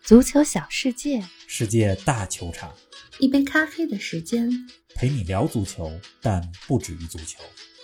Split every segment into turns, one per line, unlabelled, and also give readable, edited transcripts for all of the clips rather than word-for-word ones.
足球小世界，
世界大球场，
一杯咖啡的时间，
陪你聊足球，但不止于足球。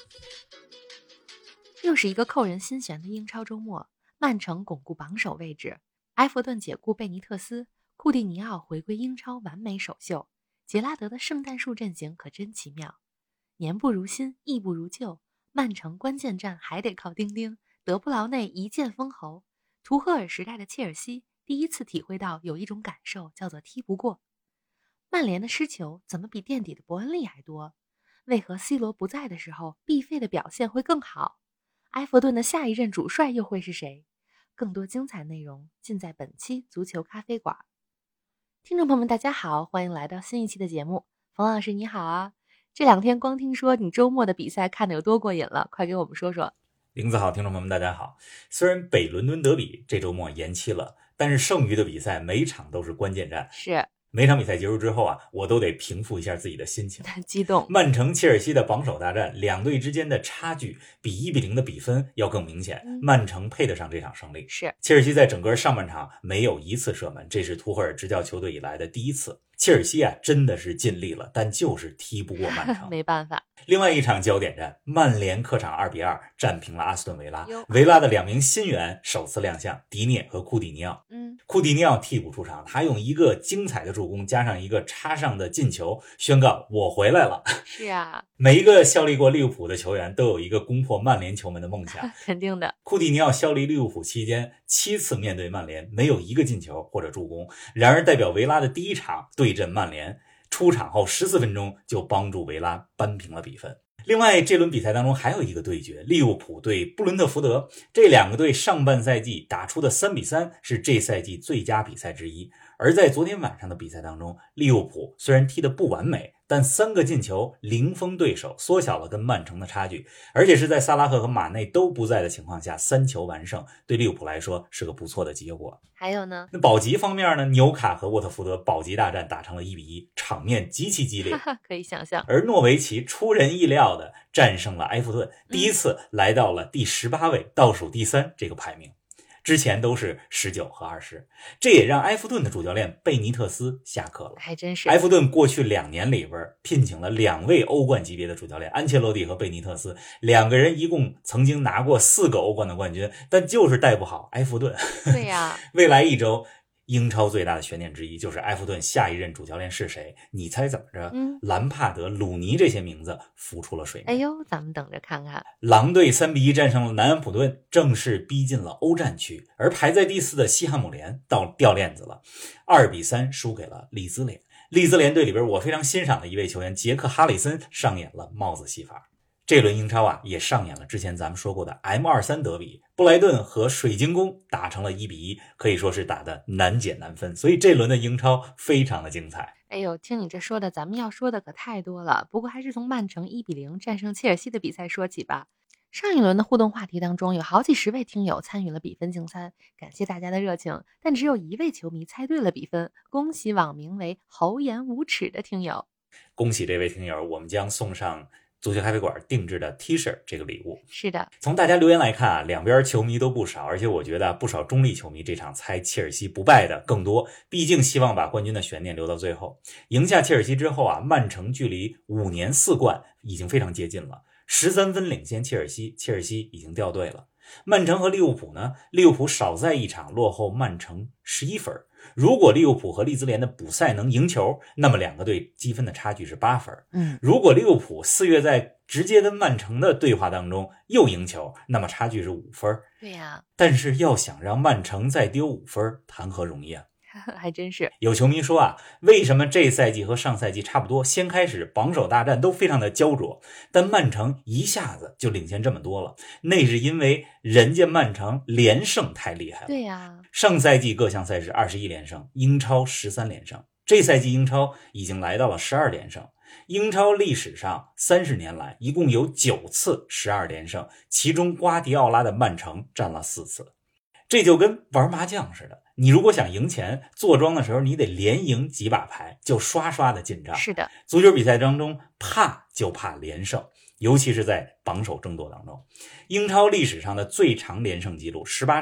又是一个扣人心弦的英超周末，曼城巩固榜首位置，埃弗顿解雇贝尼特斯，库蒂尼奥回归英超完美首秀，杰拉德的圣诞树阵型可真奇妙。年不如新，亦不如旧，曼城关键战还得靠丁丁，德布劳内一剑封喉。图赫尔时代的切尔西第一次体会到有一种感受叫做踢不过。曼联的失球怎么比垫底的伯恩利还多？为何 C 罗不在的时候必费的表现会更好？埃弗顿的下一任主帅又会是谁？更多精彩内容尽在本期足球咖啡馆。听众朋友们大家好，欢迎来到新一期的节目。冯老师你好啊，这两天光听说你周末的比赛看得有多过瘾了，快给我们说说。
林子好，听众朋友们大家好。虽然北伦敦德比这周末延期了，但是剩余的比赛每场都是关键战。
是，
每场比赛结束之后啊，我都得平复一下自己的心情。
激动。
曼城切尔西的榜首大战，两队之间的差距比1-0的比分要更明显，曼城配得上这场胜利。
是，
切尔西在整个上半场没有一次射门，这是图赫尔执教球队以来的第一次。切尔西啊，真的是尽力了，但就是踢不过曼城。
没办法。
另外一场焦点战，曼联客场2-2战平了阿斯顿维拉。维拉的两名新援首次亮相，迪涅和库蒂尼奥。库蒂尼奥替补出场，他用一个精彩的助攻加上一个插上的进球，宣告我回来了。
是啊，
每一个效力过利物浦的球员都有一个攻破曼联球门的梦想。
肯定的。
库蒂尼奥效力利物浦期间7次面对曼联没有一个进球或者助攻，然而代表维拉的第一场对阵曼联，出场后14分钟就帮助维拉扳平了比分。另外这轮比赛当中还有一个对决，利物浦对布伦特福德，这两个队上半赛季打出的3-3是这赛季最佳比赛之一。而在昨天晚上的比赛当中，利物浦虽然踢得不完美，但3个进球零封对手，缩小了跟曼城的差距，而且是在萨拉赫和马内都不在的情况下3球完胜，对利物浦来说是个不错的结果。
还有呢，
那保级方面呢，纽卡和沃特福德保级大战打成了1-1，场面极其激烈。
可以想象。
而诺维奇出人意料的战胜了埃弗顿，第一次来到了第18位，倒数第3这个排名。之前都是19和20，这也让埃弗顿的主教练贝尼特斯下课了。
还真是，
埃弗顿过去2年里边聘请了2位欧冠级别的主教练，安切洛蒂和贝尼特斯，两个人一共曾经拿过4个欧冠的冠军，但就是带不好埃弗顿。
对呀，
未来一周英超最大的悬念之一就是埃弗顿下一任主教练是谁？你猜怎么着？兰帕德、鲁尼这些名字浮出了水面。
哎呦，咱们等着看看。
狼队3-1战胜了南安普顿，正式逼近了欧战区。而排在第4的西汉姆联掉链子了，2-3输给了利兹联。利兹联队里边我非常欣赏的一位球员杰克哈里森上演了帽子戏法。这轮英超啊，也上演了之前咱们说过的 M23 德比，布莱顿和水晶宫打成了1-1，可以说是打得难解难分，所以这轮的英超非常的精彩。
哎呦，听你这说的，咱们要说的可太多了。不过还是从曼城1-0战胜切尔西的比赛说起吧。上一轮的互动话题当中，有好几十位听友参与了比分竞猜，感谢大家的热情，但只有1位球迷猜对了比分，恭喜网名为厚颜无耻的听友。
恭喜这位听友，我们将送上足球咖啡馆定制的 T 恤这个礼物。
是的，
从大家留言来看啊，两边球迷都不少，而且我觉得不少中立球迷这场猜切尔西不败的更多，毕竟希望把冠军的悬念留到最后。赢下切尔西之后啊，曼城距离5年4冠已经非常接近了，13分领先切尔西，切尔西已经掉队了。曼城和利物浦呢，利物浦少赛一场落后曼城11分。如果利物浦和利兹联的补赛能赢球，那么两个队积分的差距是8分。如果利物浦4月在直接跟曼城的对话当中又赢球，那么差距是5分。
对呀，
但是要想让曼城再丢5分，谈何容易啊！
还真是。
有球迷说啊，为什么这赛季和上赛季差不多，先开始榜首大战都非常的焦灼，但曼城一下子就领先这么多了？那是因为人家曼城连胜太厉害了。
对呀，
上赛季各项赛事21连胜，英超13连胜，这赛季英超已经来到了12连胜。英超历史上30年来一共有9次12连胜，其中瓜迪奥拉的曼城占了4次。这就跟玩麻将似的，你如果想赢钱，坐庄的时候你得连赢几把牌，就刷刷的进账。
是的，
足球比赛当中怕就怕连胜，尤其是在榜首争夺当中。英超历史上的最长连胜记录18场，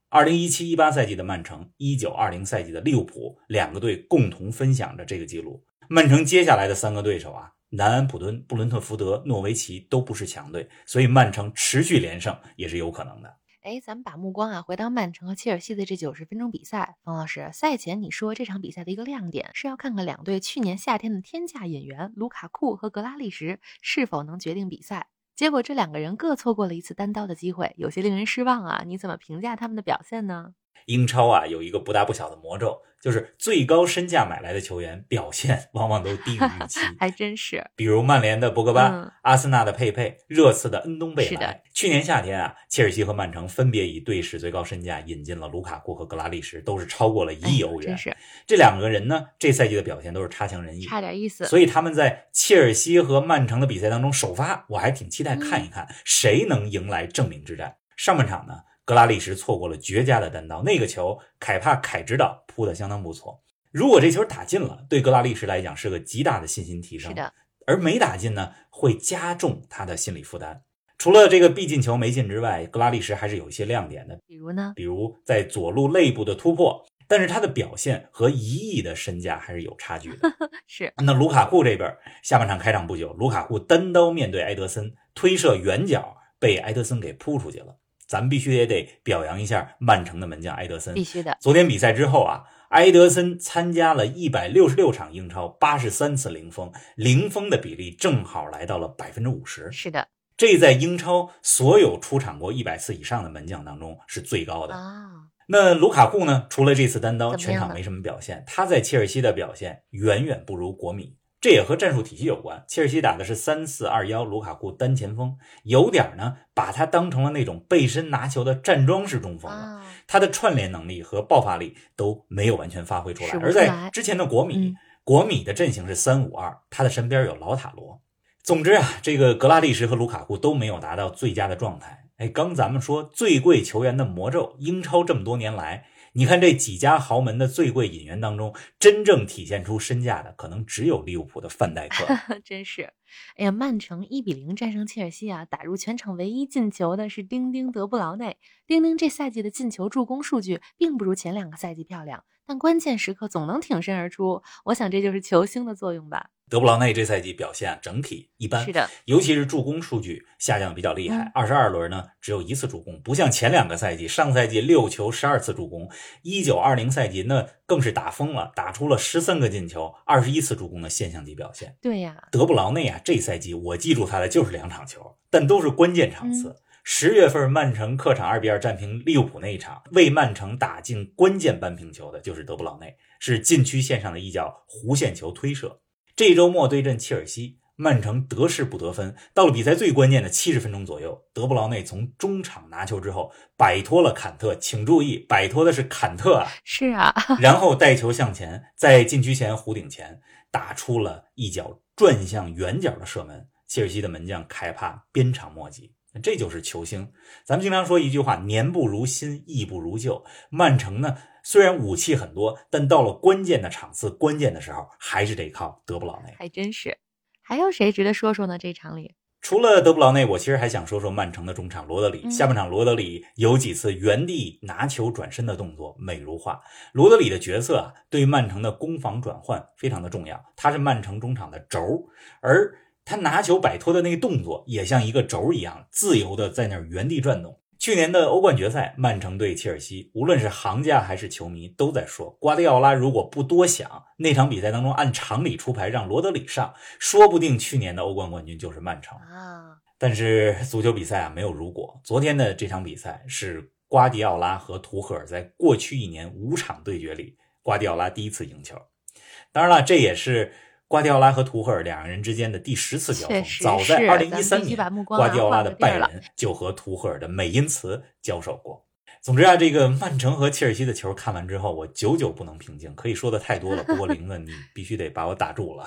2017-18赛季的曼城 19-20 赛季的利物浦两个队共同分享着这个记录。曼城接下来的3个对手南安普敦、布伦特福德、诺维奇都不是强队，所以曼城持续连胜也是有可能的。
咱们把目光回到曼城和切尔西的这90分钟比赛。方老师，赛前你说这场比赛的一个亮点是要看看两队去年夏天的天价引援卢卡库和格拉利什是否能决定比赛。结果这2个人各错过了一次单刀的机会，有些令人失望你怎么评价他们的表现呢？
英超有一个不大不小的魔咒，就是最高身价买来的球员表现往往都低于预期。
还真是，
比如曼联的博格巴、阿森纳的佩佩、热刺的恩东贝莱。去年夏天切尔西和曼城分别以队史最高身价引进了卢卡库和格拉利什，都是超过了1亿欧元。
真是，
这2个人呢，这赛季的表现都是差强人意，
差点意思。
所以他们在切尔西和曼城的比赛当中首发，我还挺期待看一看谁能迎来正面之战。上半场呢，格拉利什错过了绝佳的单刀，那个球凯指导扑得相当不错。如果这球打进了，对格拉利什来讲是个极大的信心提升。
是的，
而没打进呢，会加重他的心理负担。除了这个必进球没进之外，格拉利什还是有一些亮点的。
比如呢？
比如在左路肋部的突破，但是他的表现和1亿的身价还是有差距的。
是。
那卢卡库这边，下半场开场不久，卢卡库单刀面对埃德森，推射远角被埃德森给扑出去了。咱们必须也得表扬一下曼城的门将埃德森。
必须的。
昨天比赛之后埃德森参加了166场英超，83次零封的比例正好来到了 50%。
是的，
这在英超所有出场过100次以上的门将当中是最高的。那卢卡库呢，除了这次单刀，全场没什么表现。他在切尔西的表现远远不如国米，这也和战术体系有关。切尔西打的是3-4-2-1，卢卡库单前锋，有点呢把他当成了那种背身拿球的站桩式中锋了。他的串联能力和爆发力都没有完全发挥出来。而在之前的国米的阵型是3-5-2，他的身边有老塔罗。总之这个格拉利什和卢卡库都没有达到最佳的状态。刚咱们说最贵球员的魔咒，英超这么多年来，你看这几家豪门的最贵引援当中，真正体现出身价的可能只有利物浦的范戴克。
真是。曼城1-0战胜切尔西打入全场唯一进球的是丁丁德布劳内。丁丁这赛季的进球助攻数据并不如前2个赛季漂亮，但关键时刻总能挺身而出，我想这就是球星的作用吧。
德布劳内这赛季表现整体一般，
是的，
尤其是助攻数据下降比较厉害。22轮呢只有1次助攻，不像前2个赛季，上赛季6球12次助攻，19-20赛季那更是打疯了，打出了13个进球，21次助攻的现象级表现。
对呀，
德布劳内这赛季我记住他的就是2场球，但都是关键场次。10月份曼城客场2-2战平利物浦那一场，为曼城打进关键扳平球的就是德布劳内，是禁区线上的一脚弧线球推射。这周末对阵切尔西，曼城得势不得分，到了比赛最关键的70分钟左右，德布劳内从中场拿球之后摆脱了坎特，请注意，摆脱的是坎特
是
然后带球向前，在禁区前弧顶前打出了一脚转向远角的射门，切尔西的门将凯帕鞭长莫及。这就是球星。咱们经常说一句话，年不如新，役不如旧。曼城呢，虽然武器很多，但到了关键的场次，关键的时候，还是得靠德布劳内。
还真是。还有谁值得说说呢？这场里
除了德布劳内，我其实还想说说曼城的中场罗德里。下半场罗德里有几次原地拿球转身的动作美如画。罗德里的角色对曼城的攻防转换非常的重要，他是曼城中场的轴，而他拿球摆脱的那个动作也像一个轴一样自由的在那儿原地转动。去年的欧冠决赛，曼城对切尔西，无论是行家还是球迷都在说，瓜迪奥拉如果不多想，那场比赛当中按常理出牌让罗德里上，说不定去年的欧冠冠军就是曼城但是足球比赛没有如果。昨天的这场比赛是瓜迪奥拉和图赫尔在过去1年5场对决里，瓜迪奥拉第一次赢球。当然了，这也是瓜迪奥拉和图赫尔2人之间的第10次交锋。早在2013年，瓜迪奥拉的拜仁就和图赫尔的美因茨交手过。总之这个曼城和切尔西的球看完之后，我久久不能平静，可以说的太多了，不过玲子你必须得把我打住了。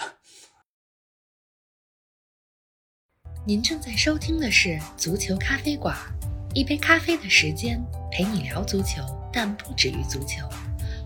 您正在收听的是足球咖啡馆，一杯咖啡的时间陪你聊足球，但不止于足球。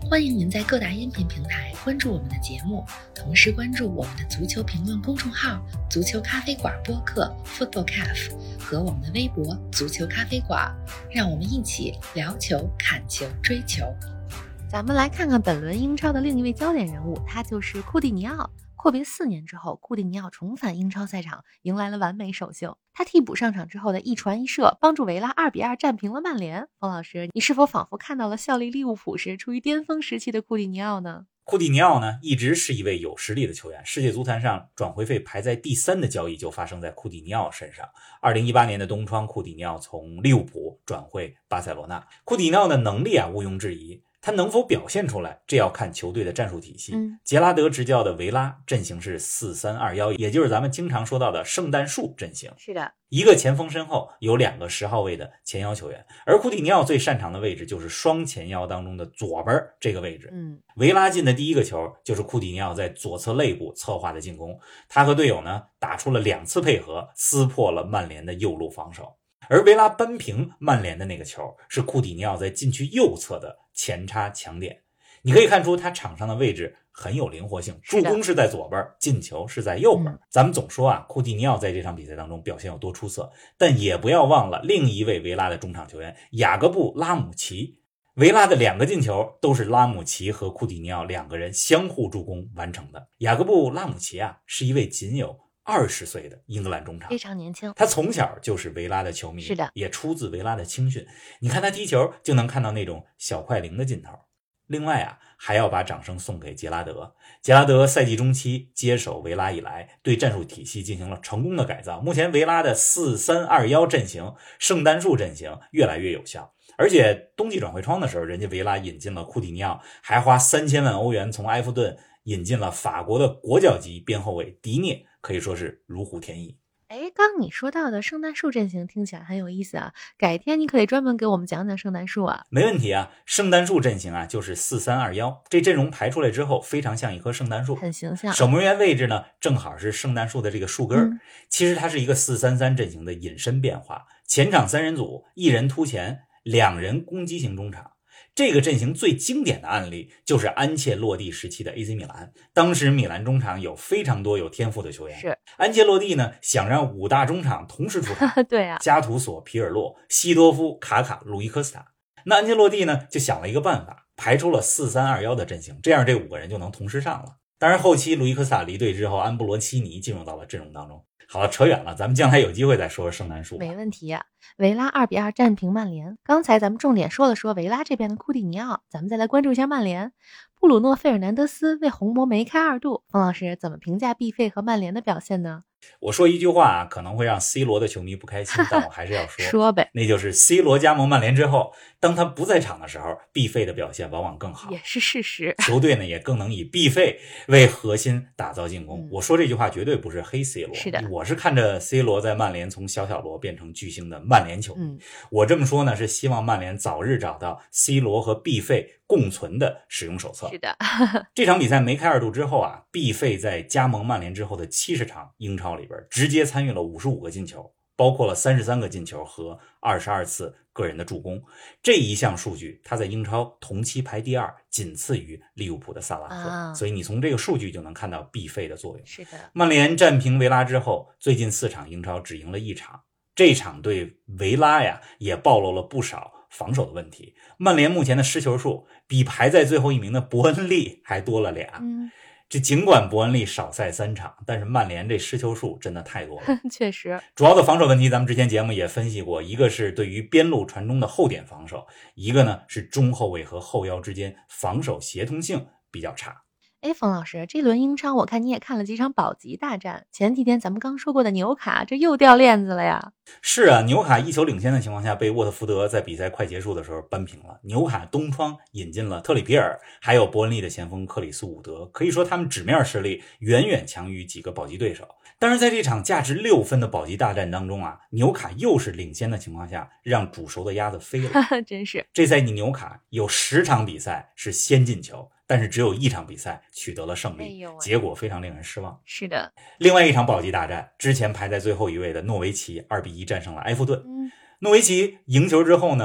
欢迎您在各大音频平台关注我们的节目，同时关注我们的足球评论公众号足球咖啡馆播客 Football Cafe 和我们的微博足球咖啡馆，让我们一起聊球、看球、追球。咱们来看看本轮英超的另一位焦点人物，他就是库蒂尼奥。阔别4年之后，库蒂尼奥重返英超赛场，迎来了完美首秀。他替补上场之后的一传一射，帮助维拉2-2战平了曼联。冯老师，你是否仿佛看到了效力利物浦时处于巅峰时期的库蒂尼奥呢？
库蒂尼奥呢，一直是一位有实力的球员。世界足坛上转会费排在第3的交易就发生在库蒂尼奥身上。2018年的冬窗，库蒂尼奥从利物浦转会巴塞罗那。库蒂尼奥的能力毋庸置疑，他能否表现出来，这要看球队的战术体系。杰拉德执教的维拉阵型是4-3-2-1，也就是咱们经常说到的圣诞树阵型。
是的，
一个前锋身后有2个10号位的前腰球员，而库蒂尼奥最擅长的位置就是双前腰当中的左边这个位置。维拉进的第一个球就是库蒂尼奥在左侧肋部策划的进攻，他和队友呢打出了2次配合，撕破了曼联的右路防守。而维拉扳平曼联的那个球是库蒂尼奥在禁区右侧的前插抢点。你可以看出他场上的位置很有灵活性，助攻是在左边，进球是在右边。咱们总说库蒂尼奥在这场比赛当中表现有多出色，但也不要忘了另一位维拉的中场球员雅各布拉姆齐。维拉的2个进球都是拉姆齐和库蒂尼奥2个人相互助攻完成的。雅各布拉姆齐是一位仅有20岁的英格兰中场，
非常年轻。
他从小就是维拉的球迷，
是的，
也出自维拉的青训。你看他踢球就能看到那种小快灵的劲头。另外还要把掌声送给杰拉德。杰拉德赛季中期接手维拉以来，对战术体系进行了成功的改造。目前维拉的4-3-2-1阵型，圣诞树阵型越来越有效。而且冬季转会窗的时候，人家维拉引进了库蒂尼奥，还花3000万欧元从埃弗顿引进了法国的国脚级边后卫迪涅，可以说是如虎添翼。
刚你说到的圣诞树阵型听起来很有意思啊，改天你可以专门给我们讲讲圣诞树啊。
没问题啊，圣诞树阵型就是4-3-2-1，这阵容排出来之后非常像一棵圣诞树，
很形象。
守门员位置呢正好是圣诞树的这个树根。其实它是一个4-3-3阵型的引申变化，前场3人组，1人突前，2人攻击型中场。这个阵型最经典的案例就是安切洛蒂时期的 AC 米兰，当时米兰中场有非常多有天赋的球员。
是
安切洛蒂呢想让5大中场同时出场
对啊，
加图索、皮尔洛、西多夫、卡卡、路易科斯塔。那安切洛蒂呢就想了一个办法，排出了4-3-2-1的阵型，这样这5个人就能同时上了。当然后期路易科斯塔离队之后，安布罗齐尼进入到了阵容当中。好了，扯远了，咱们将来有机会再说说圣诞树。
没问题维拉2-2战平曼联。刚才咱们重点说了说维拉这边的库蒂尼奥，咱们再来关注一下曼联。布鲁诺·费尔南德斯为红魔梅开2度。冯老师怎么评价毕费和曼联的表现呢？
我说一句话可能会让 C 罗的球迷不开心，但我还是要说
说呗，
那就是 C 罗加盟曼联之后，当他不在场的时候，毕费的表现往往更好，
也是事实。
球队呢也更能以毕费为核心打造进攻。我说这句话绝对不是黑 C 罗，
是的，
我是看着 C 罗在曼联从小罗变成巨星的曼联球迷。我这么说呢，是希望曼联早日找到 C 罗和毕费共存的使用手册。
是的，
这场比赛梅开2度之后毕费在加盟曼联之后的70场英超里边，直接参与了55个进球，包括了33个进球和22次个人的助攻。这一项数据他在英超同期排第2，仅次于利物浦的萨拉赫。所以你从这个数据就能看到毕费的作用。
是的，
曼联战平维拉之后，最近4场英超只赢了1场。这场对维拉也暴露了不少防守的问题。曼联目前的失球数比排在最后1名的伯恩利还多了2。这尽管伯恩利少赛3场，但是曼联这失球数真的太多了。
确实，
主要的防守问题咱们之前节目也分析过，一个是对于边路传中的后点防守，一个呢是中后卫和后腰之间防守协同性比较差。
冯老师，这轮英超我看你也看了几场保级大战，前几天咱们刚说过的纽卡这又掉链子了呀。
是纽卡1球领先的情况下被沃特福德在比赛快结束的时候扳平了。纽卡东窗引进了特里皮尔，还有伯恩利的前锋克里斯伍德，可以说他们纸面实力远远强于几个保级对手。但是在这场价值6分的保级大战当中纽卡又是领先的情况下让煮熟的鸭子飞了。
真是，
这赛季纽卡有10场比赛是先进球，但是只有1场比赛取得了胜利，结果非常令人失望。
是的，
另外一场保级大战，之前排在最后一位的诺维奇2-1战胜了埃弗顿。诺维奇赢球之后呢，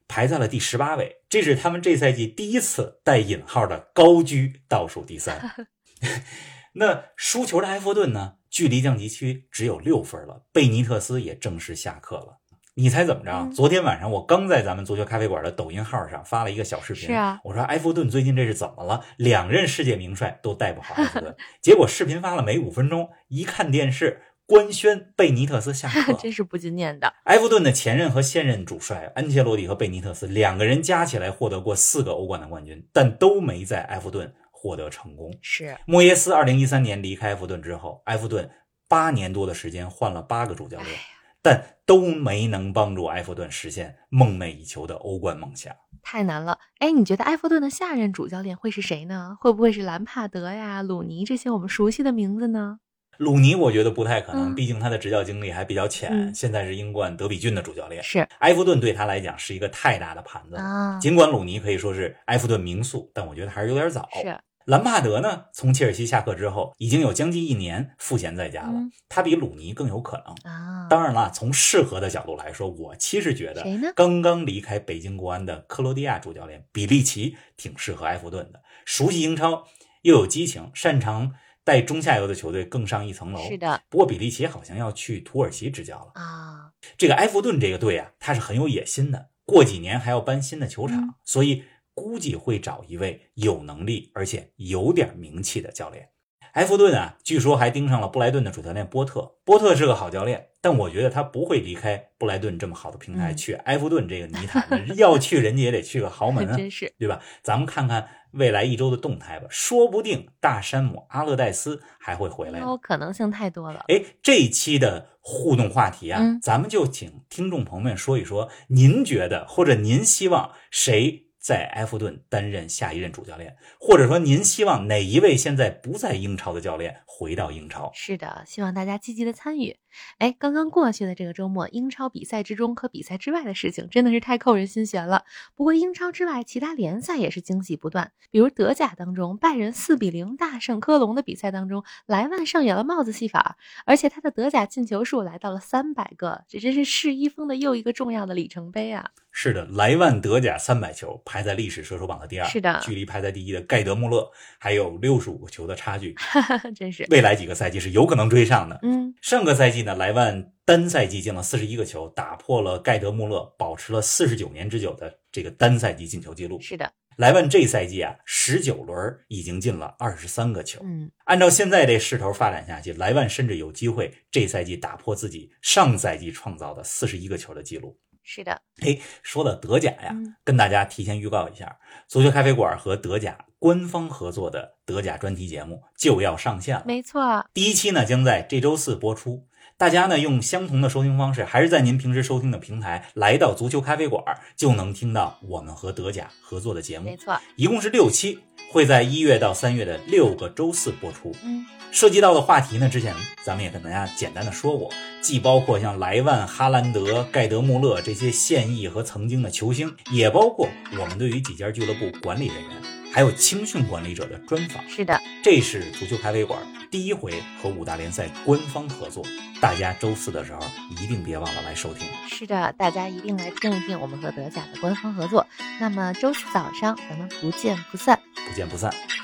排在了第18位，这是他们这赛季第一次带引号的高居倒数第3。那输球的埃弗顿呢，距离降级区只有6分了，贝尼特斯也正式下课了。你猜怎么着？昨天晚上我刚在咱们足球咖啡馆的抖音号上发了一个小视频，我说埃弗顿最近这是怎么了？2任世界名帅都带不好埃弗顿。结果视频发了没5分钟，一看电视官宣贝尼特斯下课，
真是不禁念的。
埃弗顿的前任和现任主帅安切洛蒂和贝尼特斯2个人加起来获得过4个欧冠的冠军，但都没在埃弗顿获得成功。
是
莫耶斯2013年离开埃弗顿之后，埃弗顿8年多的时间换了8个主教练，但都没能帮助埃弗顿实现梦寐以求的欧冠梦想。
太难了。你觉得埃弗顿的下任主教练会是谁呢？会不会是兰帕德呀、鲁尼这些我们熟悉的名字呢？
鲁尼我觉得不太可能，毕竟他的执教经历还比较浅，现在是英冠德比郡的主教练。
是
埃弗顿对他来讲是一个太大的盘子尽管鲁尼可以说是埃弗顿名宿，但我觉得还是有点早。
是
兰帕德呢，从切尔西下课之后已经有将近1年赋闲在家了，他比鲁尼更有可能当然了，从适合的角度来说，我其实觉得刚刚离开北京国安的克罗地亚主教练比利奇挺适合埃弗顿的，熟悉英超，又有激情，擅长带中下游的球队更上一层楼。
是的，
不过比利奇好像要去土耳其执教了这个埃弗顿这个队他是很有野心的，过几年还要搬新的球场，所以估计会找一位有能力而且有点名气的教练。埃弗顿据说还盯上了布莱顿的主教练波特。波特是个好教练，但我觉得他不会离开布莱顿这么好的平台去埃弗顿这个泥潭要去人家也得去个豪门
真是
对吧？咱们看看未来1周的动态吧，说不定大山姆阿勒代斯还会回来
可能性太多了。
这一期的互动话题咱们就请听众朋友们说一说，您觉得或者您希望谁在埃弗顿担任下一任主教练，或者说您希望哪一位现在不在英超的教练回到英超？
是的，希望大家积极的参与。刚刚过去的这个周末，英超比赛之中和比赛之外的事情真的是太扣人心弦了。不过英超之外，其他联赛也是惊喜不断。比如德甲当中，拜仁4-0大胜科隆的比赛当中，莱万上演了帽子戏法，而且他的德甲进球数来到了300个，这真是世一锋的又一个重要的里程碑啊！
是的，莱万德甲300球排在历史射手榜的第2，
是的，
距离排在第1的盖德穆勒还有65个球的差距
真是
未来几个赛季是有可能追上的。上个赛季呢，莱万单赛季进了41个球，打破了盖德穆勒保持了49年之久的这个单赛季进球记录。
是的，
莱万这赛季19轮已经进了23个球。按照现在这势头发展下去，莱万甚至有机会这赛季打破自己上赛季创造的41个球的记录。
是的，
说到德甲跟大家提前预告一下，足球咖啡馆和德甲官方合作的德甲专题节目就要上线了。
没错，
第1期呢将在这周4播出。大家呢用相同的收听方式，还是在您平时收听的平台，来到足球咖啡馆就能听到我们和德甲合作的节目。
没错，
一共是6期，会在1月到3月的6个周4播出。涉及到的话题呢，之前咱们也跟大家简单的说过，既包括像莱万、哈兰德、盖德穆勒这些现役和曾经的球星，也包括我们对于几家俱乐部管理人员还有青训管理者的专访。
是的，
这是足球咖啡馆第1回和5大联赛官方合作，大家周4的时候一定别忘了来收听。
是的，大家一定来听一听我们和德甲的官方合作。那么周4早上咱们不见不散。
不见不散。